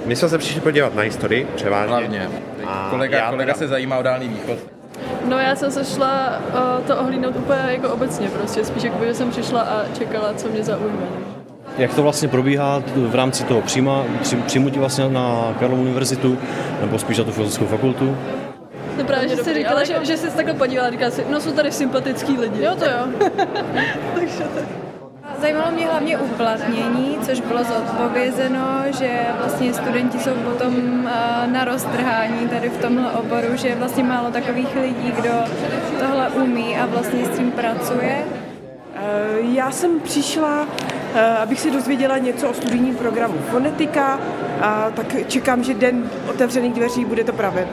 My jsme se přišli podívat na historii, převážně. Hlavně. Kolega se zajímá o Dálný východ. No já jsem se šla to ohlídnout úplně jako obecně prostě, spíš jako že jsem přišla a čekala, co mě zaujme. Jak to vlastně probíhá v rámci toho přijmutí vlastně na Karlovu univerzitu, nebo spíš na tu filozofickou fakultu? No právě, že jsi říkala, že jsi takhle podívala, říkala si, no jsou tady sympatický lidi. Jo, to jo. Takže tak. Zajímalo mě hlavně uplatnění, což bylo zodpovězeno, že vlastně studenti jsou potom na roztrhání tady v tomhle oboru, že je vlastně málo takových lidí, kdo tohle umí a vlastně s tím pracuje. Já jsem přišla, abych se dozvěděla něco o studijním programu fonetika, a tak čekám, že den otevřených dveří bude to pravě.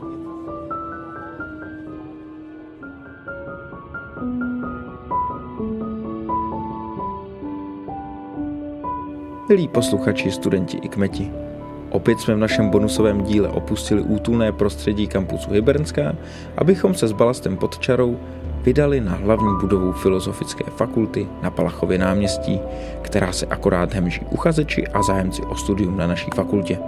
Milí posluchači, studenti i kmeti, opět jsme v našem bonusovém díle opustili útulné prostředí kampusu Hybernská, abychom se s balastem pod čarou vydali na hlavní budovu Filozofické fakulty na Palachově náměstí, která se akorát hemží uchazeči a zájemci o studium na naší fakultě.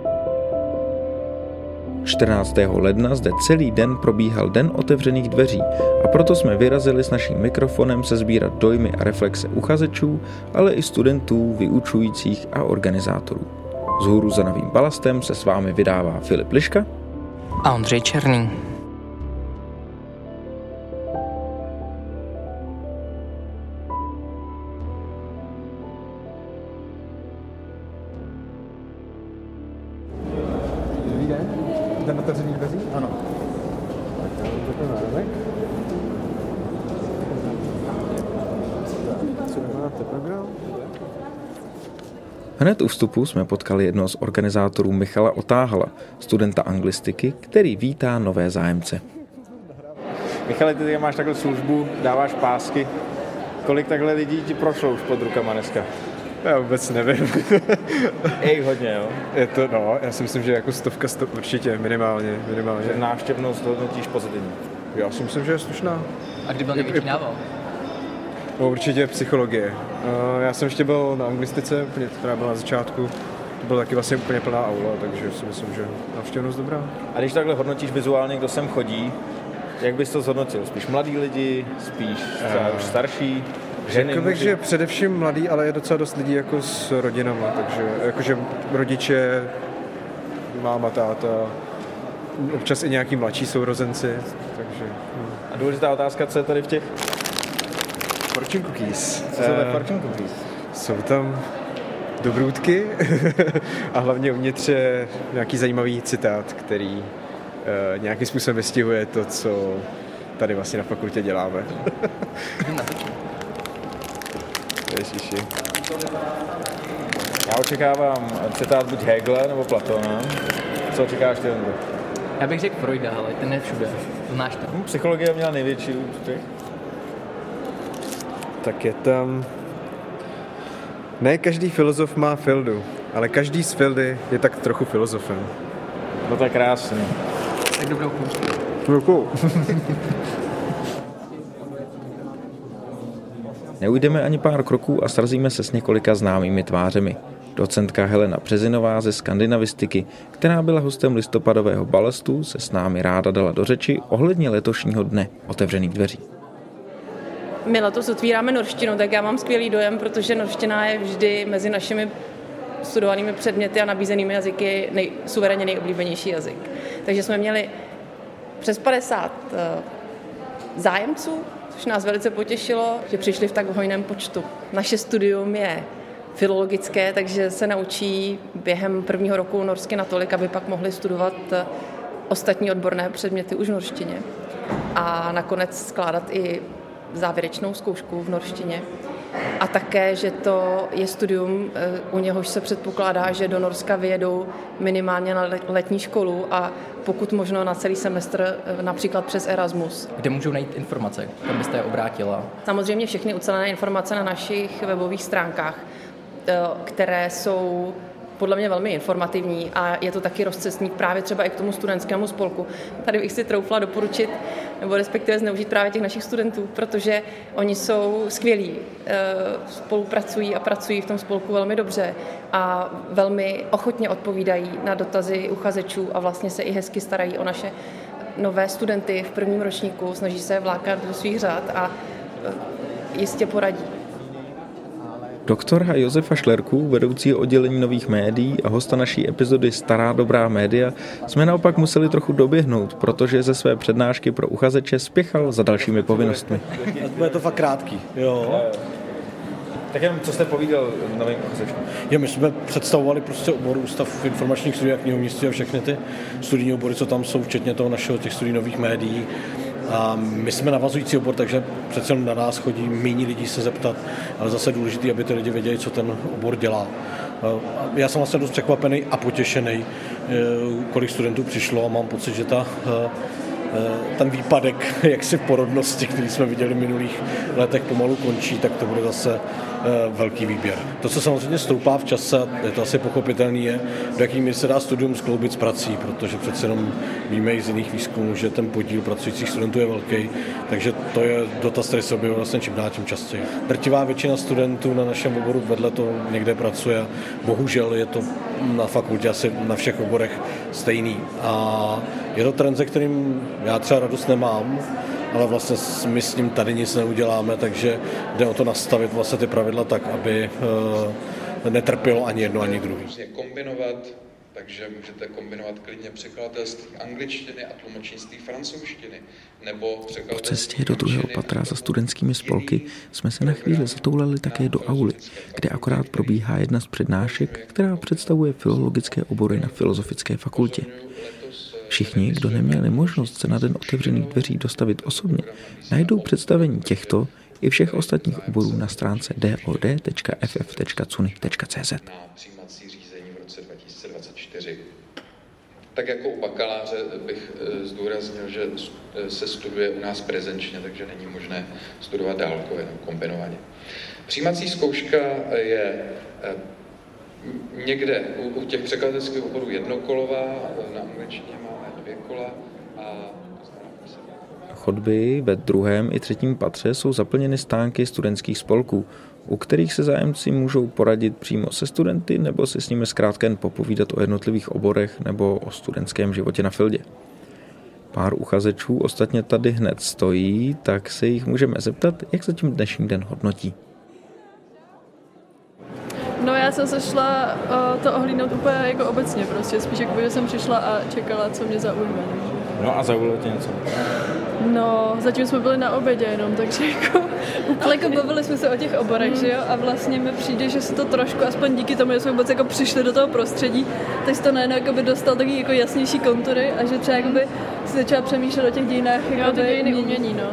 14. ledna zde celý den probíhal Den otevřených dveří a proto jsme vyrazili s naším mikrofonem sesbírat dojmy a reflexe uchazečů, ale i studentů, vyučujících a organizátorů. Vzhůru za novým balastem se s vámi vydává Filip Liška a Ondřej Černý. Den otevřených dveří? Ano. Hned u vstupu jsme potkali jednoho z organizátorů Michala Otáhala, studenta anglistiky, který vítá nové zájemce. Michale, ty máš takhle službu, dáváš pásky. Kolik takhle lidí ti prošlo už pod rukama dneska? Já vůbec nevím. Ej, hodně, jo? Je to, no, já si myslím, že jako stovka určitě, minimálně. Že návštěvnost hodnotíš pozitivně? Já si myslím, že je slušná. A kdy byl největší nával? No, určitě psychologie. Já jsem ještě byl na anglistice, která byla na začátku. To byla taky vlastně úplně plná aula, takže si myslím, že návštěvnost dobrá. A když takhle hodnotíš vizuálně, kdo sem chodí, jak bys to zhodnotil? Spíš mladí lidi, spíš už starší? Řekl bych, že především mladý, ale je docela dost lidí jako s rodinama, takže jakože rodiče, máma, táta, občas i nějaký mladší sourozenci, takže... A důležitá otázka, co je tady v těch? Fortune cookies. Co jsou ve fortune cookies? Jsou tam dobrůdky a hlavně uvnitř je nějaký zajímavý citát, který nějakým způsobem vystihuje to, co tady vlastně na fakultě děláme. Ježiši. Já očekávám citát buď Hegela nebo Platona. Co očekáváš ty, Ondro? Já bych řekl Freuda, ale ten je všude. Znáš to? Psychologie měla největší úspěch. Tak je tam... Ne každý filozof má fildu, ale každý z fildy je tak trochu filozofem. No to je krásný. Tak dobrou kůžku. Děkuju. Neujdeme ani pár kroků a srazíme se s několika známými tvářemi. Docentka Helena Březinová ze skandinavistiky, která byla hostem listopadového balastu, se s námi ráda dala do řeči ohledně letošního dne otevřených dveří. My letos otvíráme norštinu, tak já mám skvělý dojem, protože norština je vždy mezi našimi studovanými předměty a nabízenými jazyky suverénně nejoblíbenější jazyk. Takže jsme měli přes 50 zájemců, což nás velice potěšilo, že přišli v tak hojném počtu. Naše studium je filologické, takže se naučí během prvního roku norsky natolik, aby pak mohli studovat ostatní odborné předměty už v norštině. A nakonec skládat i závěrečnou zkoušku v norštině. A také, že to je studium, u něhož se předpokládá, že do Norska vyjedou minimálně na letní školu a pokud možno na celý semestr, například přes Erasmus. Kde můžou najít informace? Kam byste je obrátila? Samozřejmě všechny ucelené informace na našich webových stránkách, které jsou podle mě velmi informativní a je to taky rozcestník právě třeba i k tomu studentskému spolku. Tady bych si troufla doporučit, nebo respektive zneužít právě těch našich studentů, protože oni jsou skvělí, spolupracují a pracují v tom spolku velmi dobře a velmi ochotně odpovídají na dotazy uchazečů a vlastně se i hezky starají o naše nové studenty v prvním ročníku, snaží se vlákat do svých řad a jistě poradí. Doktora Josefa Šlerku, vedoucího oddělení nových médií a hosta naší epizody Stará dobrá média, jsme naopak museli trochu doběhnout, protože ze své přednášky pro uchazeče spěchal za dalšími povinnostmi. Bude to fakt krátký. Jo. Tak jenom, co jste povídal novým uchazečům? My jsme představovali prostě obor Ústav informačních studií a knihovnictví a všechny ty studijní obory, co tam jsou, včetně toho našeho těch studií nových médií. A my jsme navazující obor, takže přece na nás chodí méně lidí se zeptat, ale zase důležité, aby ty lidi věděli, co ten obor dělá. Já jsem vlastně dost překvapený a potěšený, kolik studentů přišlo a mám pocit, že ten výpadek jaksi v porodnosti, který jsme viděli v minulých letech, pomalu končí, tak to bude zase velký výběr. To, co samozřejmě stoupá v čase, je to asi pochopitelný, je, do jaký míry se dá studium skloubit s prací, protože přece jenom víme i z jiných výzkumů, že ten podíl pracujících studentů je velký, takže to je dotaz, který se objevuje vlastně čím dál tím častěji. Drtivá většina studentů na našem oboru vedle to někde pracuje, bohužel je to na fakultě asi na všech oborech stejný a je to trend, se kterým já třeba radost nemám, ale vlastně my s ním tady nic neuděláme, takže jde o to nastavit vlastně ty pravidla tak, aby netrpělo ani jedno, ani druhý. Kombinovat, takže můžete kombinovat klidně překladatelství angličtiny a tlumočnictví francouzštiny, nebo po cestě do druhého patra za studentskými spolky jsme se na chvíli zatoulali také do auly, kde akorát probíhá jedna z přednášek, která představuje filologické obory na Filozofické fakultě. Všichni, kdo neměli možnost se na den otevřených dveří dostavit osobně, najdou představení těchto i všech ostatních oborů na stránce dod.ff.cuny.cz. Přijímací řízení v roce 2024. Tak jako u bakaláře bych zdůraznil, že se studuje u nás prezenčně, takže není možné studovat dálkově nebo kombinovaně. Přijímací zkouška je někde u těch překladatelských oborů jednokolová, na angličtině máme 2 kola a chodby ve druhém i třetím patře jsou zaplněny stánky studentských spolků, u kterých se zájemci můžou poradit přímo se studenty nebo si s nimi zkrátka jen popovídat o jednotlivých oborech nebo o studentském životě na Fildě. Pár uchazečů ostatně tady hned stojí, tak se jich můžeme zeptat, jak se tím dnešní den hodnotí. No já jsem se šla to ohlídnout úplně jako obecně prostě, spíš jako že jsem přišla a čekala, co mě zaujme. No a zaujalo tě něco? No, zatím jsme byli na obědě jenom, takže jako ale jako bavili jsme se o těch oborech, že jo, a vlastně mi přijde, že se to trošku, aspoň díky tomu, že jsme vůbec jako přišli do toho prostředí, tak se to najednou jakoby dostal taky jako jasnější kontury a že třeba jakoby si začala přemýšlet o těch dějinách jakoby dějiny umění, no.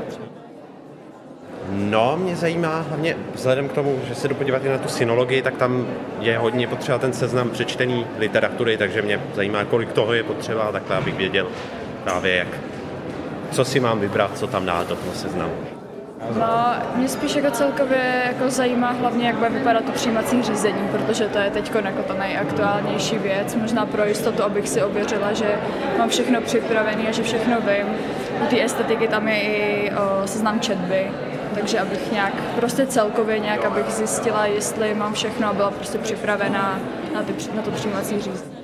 No, mě zajímá hlavně vzhledem k tomu, že se jdu podívat i na tu synologii, tak tam je hodně potřeba ten seznam přečtený literatury, takže mě zajímá, kolik toho je potřeba, takhle abych věděl právě co si mám vybrat, co tam dát do toho seznamu. No, mě spíš jako celkově jako zajímá hlavně, jak bude vypadat to přijímací řízení, protože to je teď jako ta nejaktuálnější věc. Možná pro jistotu, abych si ověřila, že mám všechno připravené a že všechno vím. U té estetiky tam je i seznam četby, takže abych nějak prostě celkově nějak, abych zjistila, jestli mám všechno a byla prostě připravená na to přijímací řízení.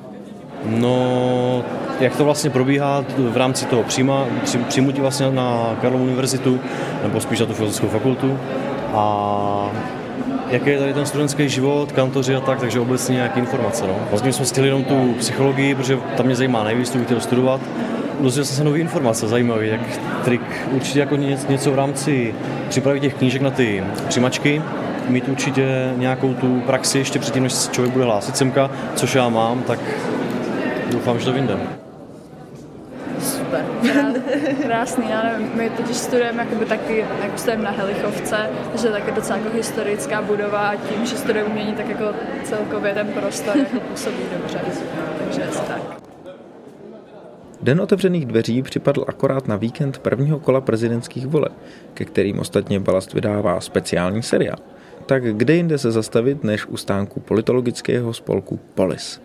No, jak to vlastně probíhá v rámci toho přijmutí vlastně na Karlovu univerzitu, nebo spíš na tu Filozofickou fakultu a jaký je tady ten studentský život, kantoři a tak, takže obecně nějaké informace. No. Vlastně jsme stihli jenom tu psychologii, protože tam mě zajímá nejvíc, tu bych chtěl studovat. Dozvěděl jsem se nové informace, zajímavé, jak trik určitě jako něco v rámci přípravy těch knížek na ty přijímačky, mít určitě nějakou tu praxi ještě předtím, než člověk bude hlásit semka, což já mám, tak doufám, že to vyjde. Super, krásný, já nevím, my totiž studujeme jakoby taky, jak studujeme na Helichovce, takže je taky docela jako historická budova a tím, že studujeme umění, tak jako celkově ten prostor jako působí dobře, takže asi tak. Den otevřených dveří připadl akorát na víkend prvního kola prezidentských voleb, ke kterým ostatně Balast vydává speciální seriál. tak kde jinde se zastavit než u stánku politologického spolku Polis.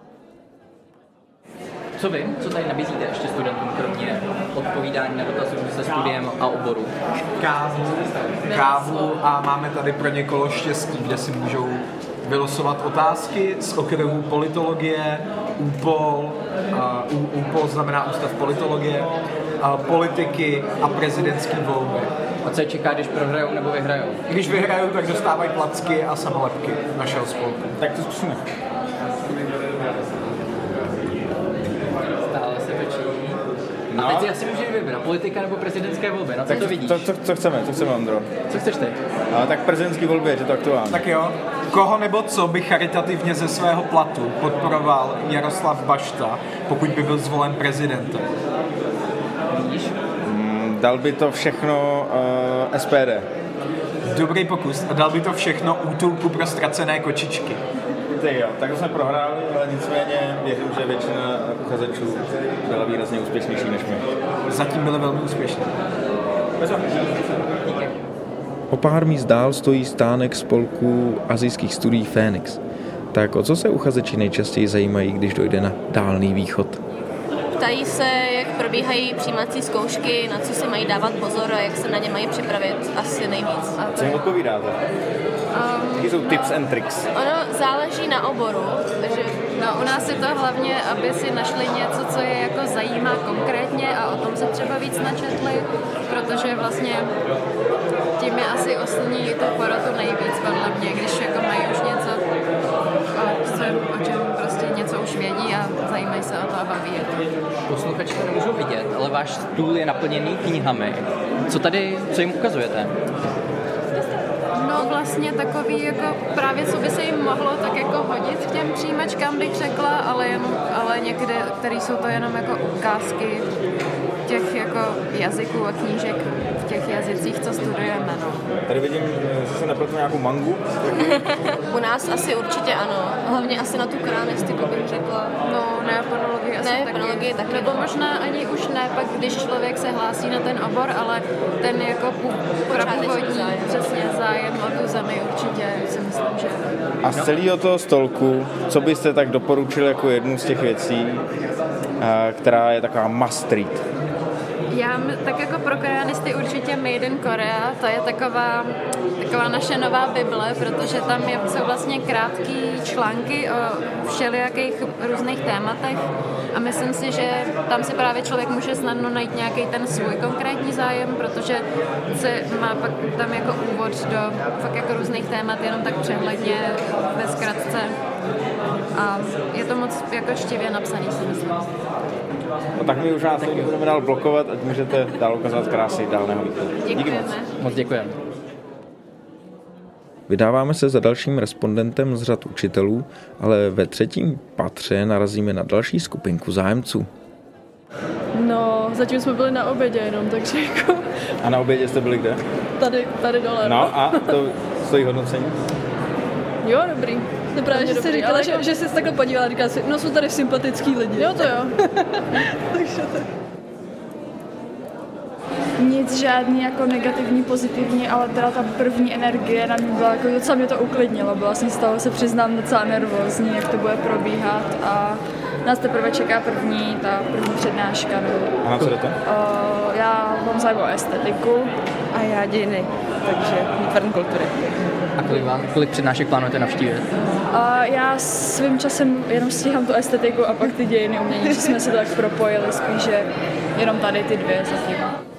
Co vy? Co tady nabízíte ještě studentům, kromě odpovídání na dotazy se studiem a oboru? Kávu a máme tady pro ně kolo štěstí, kde si můžou vylosovat otázky z okruhu politologie, úpol znamená Ústav politologie, politiky a prezidentské volby. A co je čeká, když prohrajou nebo vyhrajou? Když vyhrajou, tak dostávají placky a samolepky našeho spolku. Tak to zkusíme. Stále se točí. No. A teď si asi můžeme vybrat, politika nebo prezidentské volby, na co to vidíš? Co chceme, Ondro? Co chceš ty? Tak prezidentské volby, je to aktuální. Tak jo, koho nebo co by charitativně ze svého platu podporoval Jaroslav Bašta, pokud by byl zvolen prezidentem? Víš? Dal by to všechno SPD. Dobrý pokus. A dal by to všechno útulku pro ztracené kočičky. Ty jo, tak jsme prohráli, ale nicméně věřím, že většina uchazečů byla výrazně úspěšnější než my. Zatím byly velmi úspěšné. O pár míst dál stojí stánek spolku asijských studií Fénix. Tak o co se uchazeči nejčastěji zajímají, když dojde na Dálný východ? Ptají se, jak probíhají přijímací zkoušky, na co si mají dávat pozor a jak se na ně mají připravit asi nejvíc. Co jim odpovídáte? Jaké jsou tips and tricks? Ono záleží na oboru, takže u nás je to hlavně, aby si našli něco, co je jako zajímá konkrétně a o tom se třeba víc načetli, protože vlastně tím je asi oslní tu porotu nejvíc podle mě, když jako mají už něco, o čem prostě něco už vědí a zajímají se o to a baví je to. Posluchači to nemůžou vidět, ale váš stůl je naplněný knihami. Co jim ukazujete? No vlastně takový jako právě co by se jim mohlo tak jako hodit k těm přijímačkám, bych řekla, ale někde, které jsou to jenom jako ukázky těch jako jazyků a knížek v těch jazycích, co studujeme. No. Tady vidím, že se nepletu nějakou mangu. U nás asi určitě ano. Hlavně asi na tu koranistiku bych řekla. No, neoponologii asi taky. Nebo možná ani už ne, pak když člověk se hlásí na ten obor, ale ten jako prapůvodní přesně zájem o tu zemi určitě si myslím, že... A z celého toho stolku, co byste tak doporučili jako jednu z těch věcí, která je taková must read? Tak jako pro koreanisty určitě Made in Korea, to je taková naše nová bible, protože tam jsou vlastně krátké články o všelijakých různých tématech a myslím si, že tam si právě člověk může snadno najít nějaký ten svůj konkrétní zájem, protože se má pak tam jako úvod do fakt jako různých témat jenom tak přehledně, ve zkratce a je to moc jako štivě napsaný, si myslím. No tak my už nás budeme dál blokovat, ať můžete dál ukazovat krásy Dálného východu. Díky moc. Moc děkujeme. Vydáváme se za dalším respondentem z řad učitelů, ale ve třetím patře narazíme na další skupinku zájemců. No, zatím jsme byli na obědě jenom, takže jako... A na obědě jste byli kde? Tady dole. No a to stojí hodnocení? Jo, dobrý. To právě, že si říkala, že jsi takhle podívala a říkala si, no jsou tady sympatický lidi. Jo, to jo. Takže tak. Nic žádný jako negativní, pozitivní, ale teda ta první energie na mě byla, jako docela mě to uklidnilo. Byla jsem z toho, se přiznám, docela nervózní, jak to bude probíhat a nás teprve čeká první přednáška. A na co jdete? Já mám zájem o estetiku a já dějiny, takže výtvarné kultury. A kolik přednášek plánujete navštívit? Já svým časem jenom stíhám tu estetiku a pak ty dějiny umění, že jsme se tak propojili spíš, že jenom tady ty dvě zatím.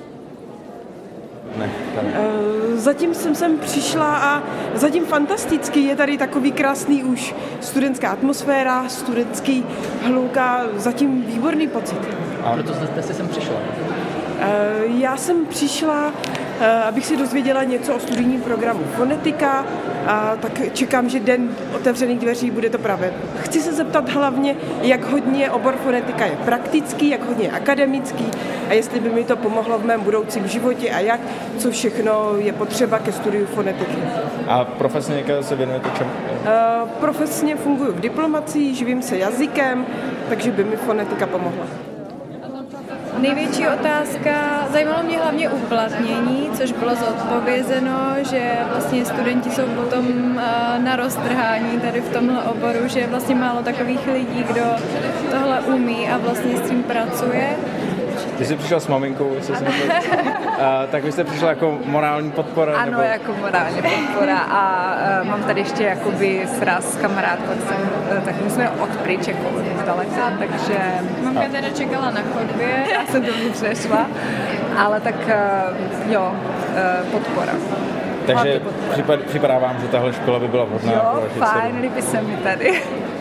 Zatím jsem sem přišla a zatím fantastický, je tady takový krásný už studentská atmosféra, studentský hluk a zatím výborný pocit. A proto jste si sem přišla? Já jsem přišla, abych si dozvěděla něco o studijním programu fonetika, a tak čekám, že den otevřených dveří bude to pravě. Chci se zeptat hlavně, jak hodně obor fonetika je praktický, jak hodně je akademický a jestli by mi to pomohlo v mém budoucím životě a jak, co všechno je potřeba ke studiu fonetiky. A profesně se věnujete čemu? Profesně funguji v diplomacii, živím se jazykem, takže by mi fonetika pomohla. Největší otázka, zajímalo mě hlavně uplatnění, což bylo zodpovězeno, že vlastně studenti jsou potom na roztrhání tady v tomhle oboru, že je vlastně málo takových lidí, kdo tohle umí a vlastně s tím pracuje. Ty jsi přišla s maminkou, jestli jsem tak vy jste přišla jako morální podpora? Ano, nebo... jako morální podpora a mám tady ještě jakoby sraz kamarádku, tak my jsme odpryč jako zdaleka, takže... Mamka teda čekala na chodbě, já jsem to přešla, ale tak jo, podpora. Takže připadá vám, že tahle škola by byla vhodná? Jo, fajn, líbí se mi tady.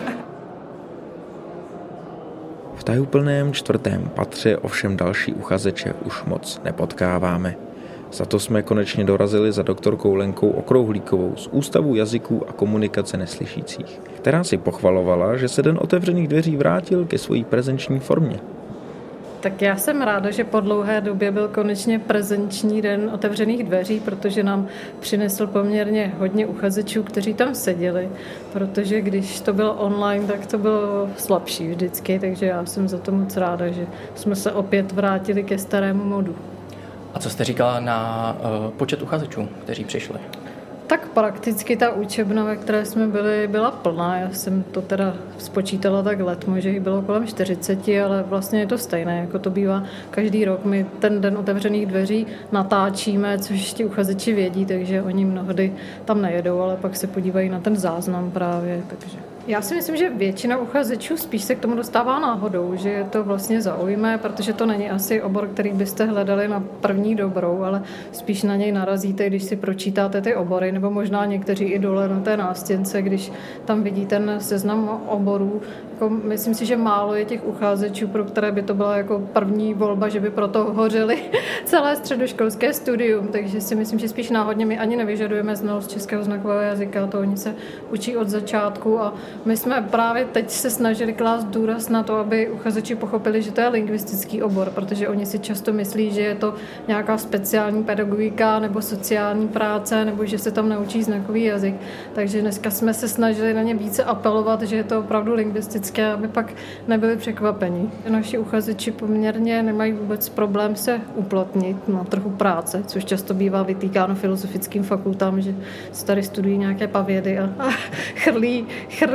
V tajuplném 4. patře ovšem další uchazeče už moc nepotkáváme. Za to jsme konečně dorazili za doktorkou Lenkou Okrouhlíkovou z Ústavu jazyků a komunikace neslyšících, která si pochvalovala, že se Den otevřených dveří vrátil ke své prezenční formě. Tak já jsem ráda, že po dlouhé době byl konečně prezenční Den otevřených dveří, protože nám přinesl poměrně hodně uchazečů, kteří tam seděli, protože když to bylo online, tak to bylo slabší vždycky, takže já jsem za to moc ráda, že jsme se opět vrátili ke starému modu. A co jste říkala na počet uchazečů, kteří přišli? Tak prakticky ta učebna, ve které jsme byli, byla plná. Já jsem to teda spočítala tak letmo, že jich bylo kolem 40, ale vlastně je to stejné, jako to bývá každý rok. My ten Den otevřených dveří natáčíme, což ti uchazeči vědí, takže oni mnohdy tam nejedou, ale pak se podívají na ten záznam právě, takže... Já si myslím, že většina uchazečů spíš se k tomu dostává náhodou, že je to vlastně zaujme, protože to není asi obor, který byste hledali na první dobrou, ale spíš na něj narazíte, když si pročítáte ty obory, nebo možná někteří i dole na té nástěnce, když tam vidí ten seznam oborů. Jako, myslím si, že málo je těch uchazečů, pro které by to byla jako první volba, že by proto hořeli celé středoškolské studium, takže si myslím, že spíš náhodně my ani nevyžadujeme znalost českého znakového jazyka, to oni se učí od začátku a my jsme právě teď se snažili klást důraz na to, aby uchazeči pochopili, že to je lingvistický obor, protože oni si často myslí, že je to nějaká speciální pedagogika nebo sociální práce, nebo že se tam naučí znakový jazyk. Takže dneska jsme se snažili na ně více apelovat, že je to opravdu lingvistické, aby pak nebyli překvapení. Naši uchazeči poměrně nemají vůbec problém se uplatnit na trhu práce, což často bývá vytýkáno filozofickým fakultám, že se tady studují nějaké pavědy a chrlí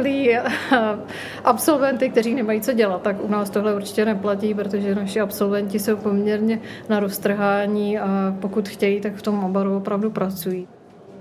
absolventy, kteří nemají co dělat, tak u nás tohle určitě neplatí, protože naši absolventi jsou poměrně na roztrhání a pokud chtějí, tak v tom oboru opravdu pracují.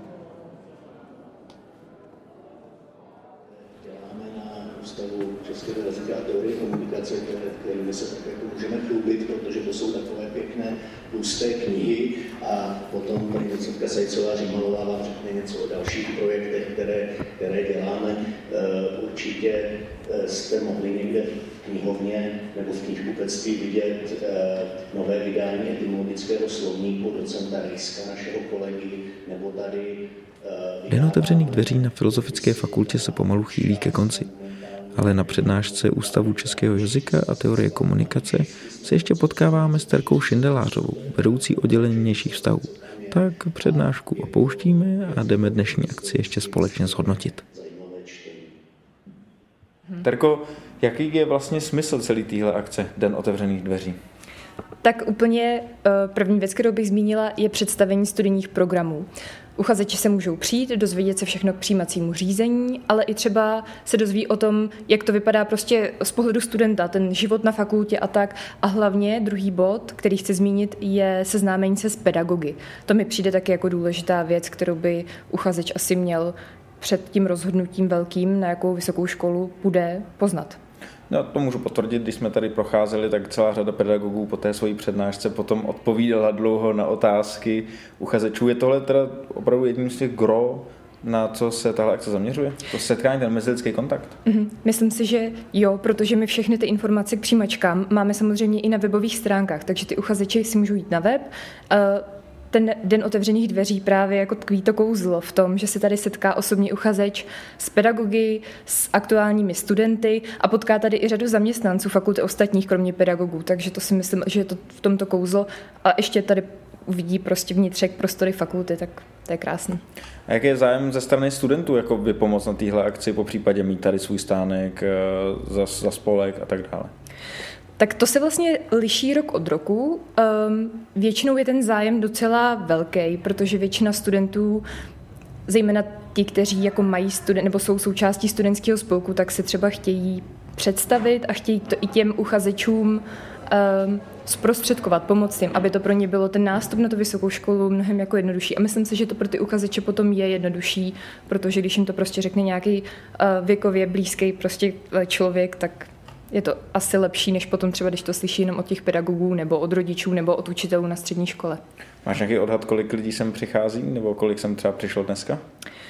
Děláme na Ústavu českého jazyka a teorie komunikace, kterými se tak jako můžeme chlubit, protože to jsou takové pěkné tlusté knihy a potom paní docentka Sajcová Římalová vám řekne něco o dalších projektech, které děláme. Určitě jste mohli někde v knihovně nebo v knihkupectví vidět nové vydání etymologického slovníku docenta Rejska, našeho kolegy, nebo tady... Den otevřených dveří na Filozofické fakultě se pomalu chýlí ke konci. Ale na přednášce Ústavu českého jazyka a teorie komunikace se ještě potkáváme s Terkou Šindelářovou, vedoucí oddělení vnějších vztahů. Tak přednášku opouštíme a jdeme dnešní akci ještě společně zhodnotit. Terko, jaký je vlastně smysl celé téhle akce Den otevřených dveří? Tak úplně první věc, kterou bych zmínila, je představení studijních programů. Uchazeči se můžou přijít, dozvědět se všechno k přijímacímu řízení, ale i třeba se dozví o tom, jak to vypadá prostě z pohledu studenta, ten život na fakultě a tak. A hlavně druhý bod, který chci zmínit, je seznámení se s pedagogy. To mi přijde taky jako důležitá věc, kterou by uchazeč asi měl před tím rozhodnutím velkým, na jakou vysokou školu bude poznat. No, to můžu potvrdit, když jsme tady procházeli, tak celá řada pedagogů po té své přednášce potom odpovídala dlouho na otázky uchazečů. Je tohle teda opravdu jedním z těch gro, na co se tahle akce zaměřuje? To setkání, ten mezilidský kontakt? Myslím si, že jo, protože my všechny ty informace k přijímačkám máme samozřejmě i na webových stránkách, takže ty uchazeči si můžou jít na web. Ten Den otevřených dveří právě jako tkví to kouzlo v tom, že se tady setká osobní uchazeč s pedagogy, s aktuálními studenty a potká tady i řadu zaměstnanců fakulty ostatních, kromě pedagogů. Takže to si myslím, že je to v tomto kouzlo a ještě tady uvidí prostě vnitřek prostory fakulty, tak to je krásné. A jaký je zájem ze strany studentů jako vypomoct na téhle akci, po případě mít tady svůj stánek za spolek a tak dále? Tak to se vlastně liší rok od roku. Většinou je ten zájem docela velký, protože většina studentů, zejména ti, kteří jako mají nebo jsou součástí studentského spolku, tak se třeba chtějí představit a chtějí to i těm uchazečům zprostředkovat, pomoct jim, aby to pro ně bylo ten nástup na tu vysokou školu mnohem jako jednodušší. A myslím si, že to pro ty uchazeče potom je jednodušší, protože když jim to prostě řekne nějaký věkově blízký prostě člověk, tak je to asi lepší, než potom třeba, když to slyší jenom od těch pedagogů nebo od rodičů nebo od učitelů na střední škole. Máš nějaký odhad, kolik lidí sem přichází nebo kolik sem třeba přišlo dneska?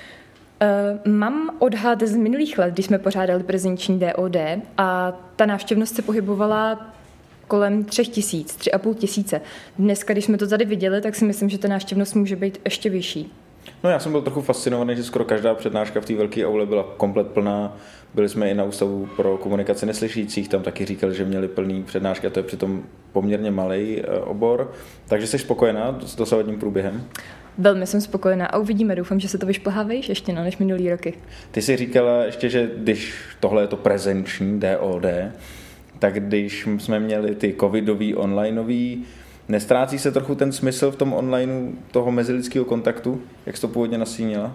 Mám odhad z minulých let, když jsme pořádali prezenční DOD a ta návštěvnost se pohybovala kolem 3,5 tisíce. Dneska, když jsme to tady viděli, tak si myslím, že ta návštěvnost může být ještě vyšší. No já jsem byl trochu fascinovaný, že skoro každá přednáška v té velké aule byla komplet plná. Byli jsme i na Ústavu pro komunikaci neslyšících, tam taky říkali, že měli plný přednášky a to je přitom poměrně malý obor. Takže jsi spokojená s dosavadním průběhem? Velmi jsem spokojená a uvidíme, doufám, že se to vyšplhá vejš ještě než minulý roky. Ty jsi říkala ještě, že když tohle je to prezenční DOD, tak když jsme měli ty covidový, onlineový, nestrácí se trochu ten smysl v tom onlineu toho mezilidského kontaktu, jak jsi to původně nasínila?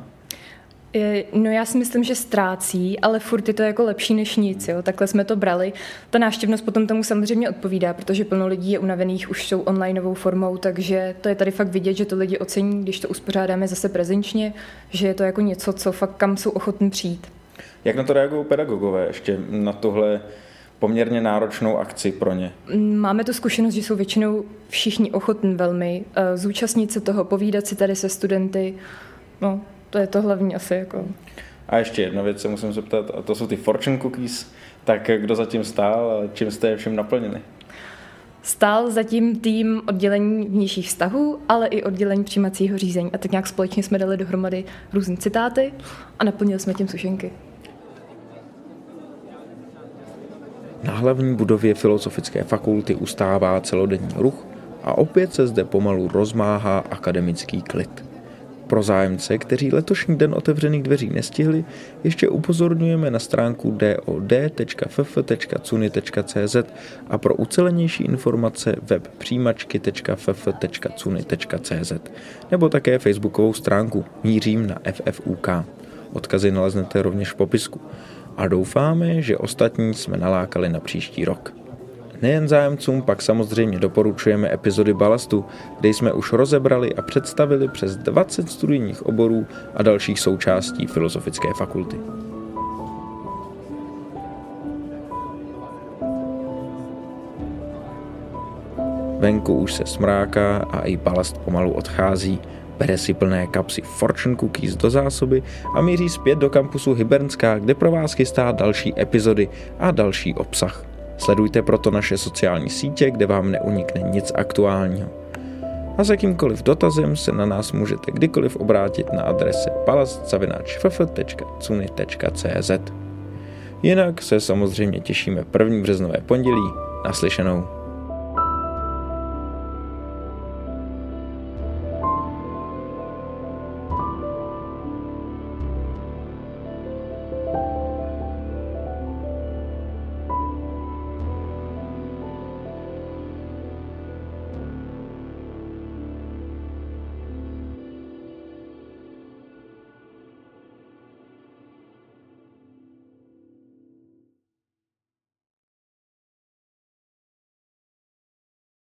No já si myslím, že ztrácí, ale furt je to jako lepší než nic, jo? Takhle jsme to brali. Ta návštěvnost potom tomu samozřejmě odpovídá, protože plno lidí je unavených, už jsou onlineovou formou, takže to je tady fakt vidět, že to lidi ocení, když to uspořádáme zase prezenčně, že je to jako něco, co fakt kam jsou ochotní přijít. Jak na to reagují pedagogové ještě na tohle poměrně náročnou akci pro ně? Máme tu zkušenost, že jsou většinou všichni ochotní velmi zúčastnit se toho, povídat si tady se studenty, no. To je to hlavní asi. Jako. A ještě jedna věc se musím zeptat, a to jsou ty fortune cookies. Tak kdo zatím stál a čím jste je všem naplnili? Stál zatím tým oddělení vnějších vztahů, ale i oddělení přijímacího řízení. A tak nějak společně jsme dali dohromady různé citáty a naplnili jsme tím sušenky. Na hlavní budově Filozofické fakulty ustává celodenní ruch a opět se zde pomalu rozmáhá akademický klid. Pro zájemce, kteří letošní den otevřených dveří nestihli, ještě upozorňujeme na stránku dod.ff.cuny.cz a pro ucelenější informace web přijímačky.ff.cuny.cz nebo také facebookovou stránku Mířím na FFUK. Odkazy naleznete rovněž v popisku. A doufáme, že ostatní jsme nalákali na příští rok. Nejen zájemcům pak samozřejmě doporučujeme epizody Balastu, kde jsme už rozebrali a představili přes 20 studijních oborů a dalších součástí Filozofické fakulty. Venku už se smráká a i Balast pomalu odchází. Bere si plné kapsy fortune cookies do zásoby a míří zpět do kampusu Hybernská, kde pro vás chystá další epizody a další obsah. Sledujte proto naše sociální sítě, kde vám neunikne nic aktuálního. A s jakýmkoliv dotazem se na nás můžete kdykoliv obrátit na adrese palast@ff.cuny.cz. Jinak se samozřejmě těšíme 1. březnové pondělí. Naslyšenou.